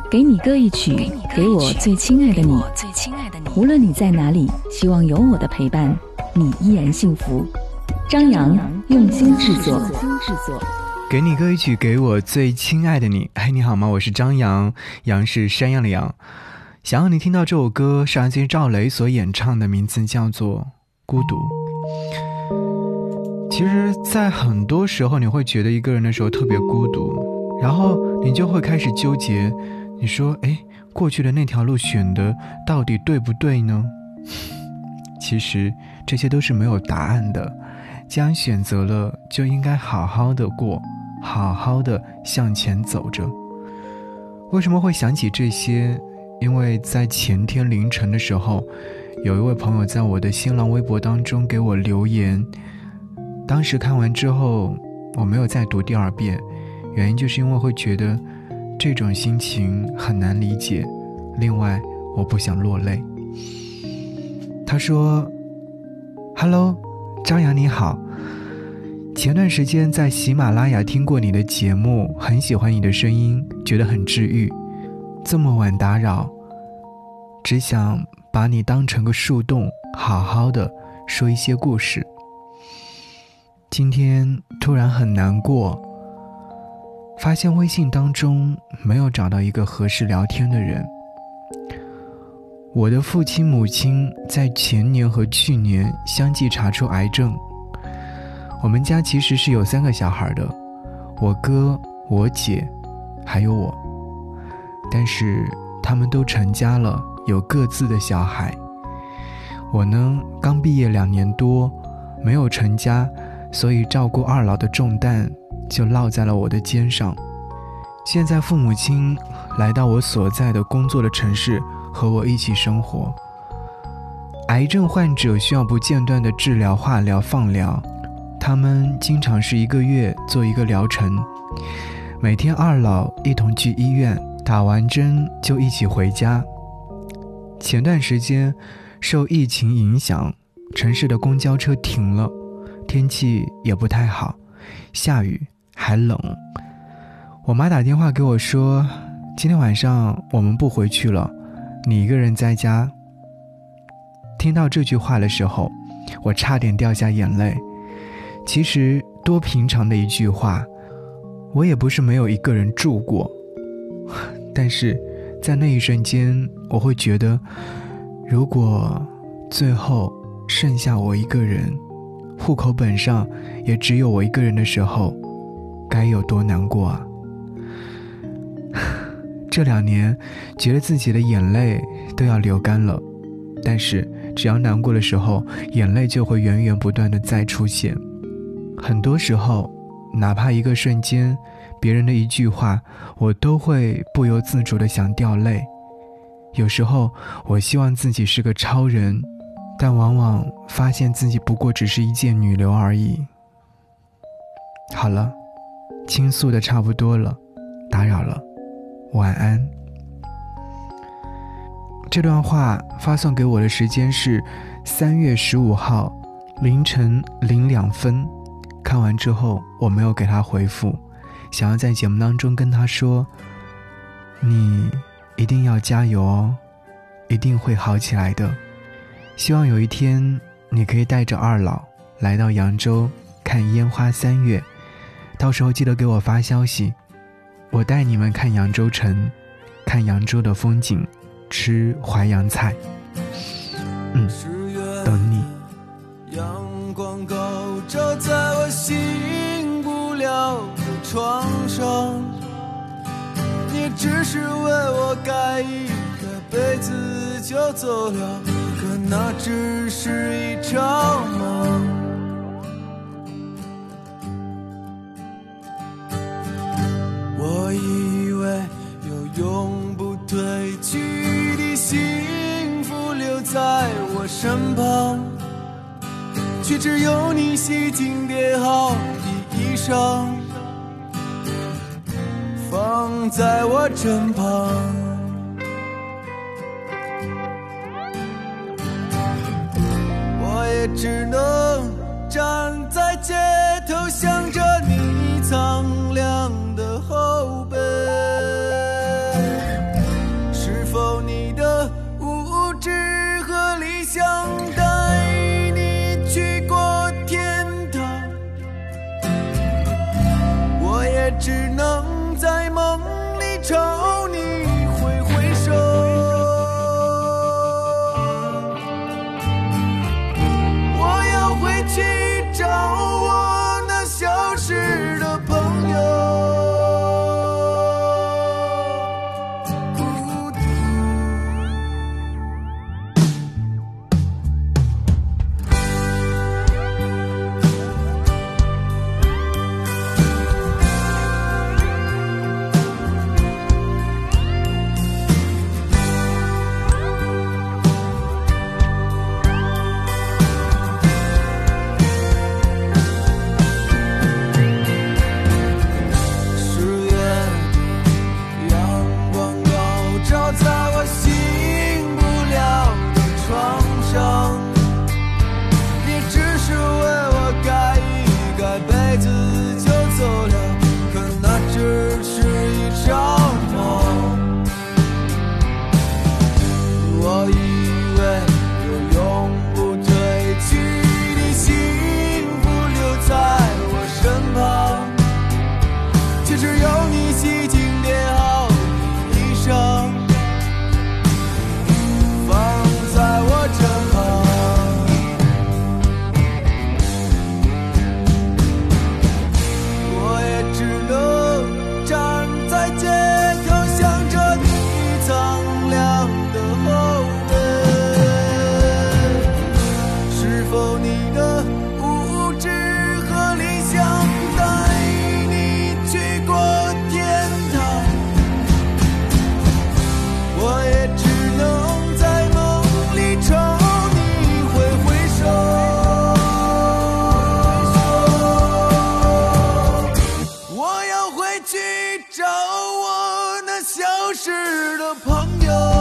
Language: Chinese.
给你歌一曲，给我最亲爱的你。无论你在哪里，希望有我的陪伴，你依然幸福。张扬用心制作。 给你歌一曲，给我最亲爱的你。嗨，你好吗？我是张扬，杨是山羊的羊。想要你听到这首歌是来自于赵雷所演唱的，名字叫做《孤独》。其实在很多时候你会觉得一个人的时候特别孤独，然后你就会开始纠结，你说过去的那条路选的到底对不对呢？其实这些都是没有答案的，既然选择了，就应该好好的过，好好的向前走着。为什么会想起这些？因为在前天凌晨的时候，有一位朋友在我的新浪微博当中给我留言，当时看完之后我没有再读第二遍，原因就是因为会觉得这种心情很难理解，另外我不想落泪。他说 Hello 张扬你好，前段时间在喜马拉雅听过你的节目，很喜欢你的声音，觉得很治愈。这么晚打扰，只想把你当成个树洞，好好的说一些故事。今天突然很难过，发现微信当中没有找到一个合适聊天的人。我的父亲母亲在前年和去年相继查出癌症。我们家其实是有3个小孩的，我哥、我姐还有我，但是他们都成家了，有各自的小孩。我呢，刚毕业2年多，没有成家，所以照顾二老的重担就落在了我的肩上。现在父母亲来到我所在的工作的城市，和我一起生活。癌症患者需要不间断的治疗、化疗、放疗，他们经常是1个月做1个疗程，每天二老一同去医院，打完针就一起回家。前段时间受疫情影响，城市的公交车停了，天气也不太好，下雨还冷。我妈打电话给我说，今天晚上我们不回去了，你一个人在家。听到这句话的时候，我差点掉下眼泪。其实多平常的一句话，我也不是没有一个人住过，但是在那一瞬间，我会觉得，如果最后剩下我一个人，户口本上也只有我一个人的时候，该有多难过啊！这2年觉得自己的眼泪都要流干了，但是只要难过的时候，眼泪就会源源不断的再出现。很多时候，哪怕一个瞬间，别人的一句话，我都会不由自主的想掉泪。有时候我希望自己是个超人，但往往发现自己不过只是一介女流而已。好了，倾诉的差不多了，打扰了，晚安。这段话发送给我的时间是3月15号凌晨02分，看完之后我没有给他回复，想要在节目当中跟他说，你一定要加油哦，一定会好起来的。希望有一天你可以带着二老来到扬州看烟花3月，到时候记得给我发消息，我带你们看扬州城，看扬州的风景，吃淮扬菜。等你。 阳光高照在我醒不了的床上，你只是为我盖一个被子就走了，可那只是一场梦。我以为有永不褪去的幸福留在我身旁，却只有你洗净叠好的衣裳放在我身旁。我也只能站在街头，想着你苍凉的后背， 失的朋友。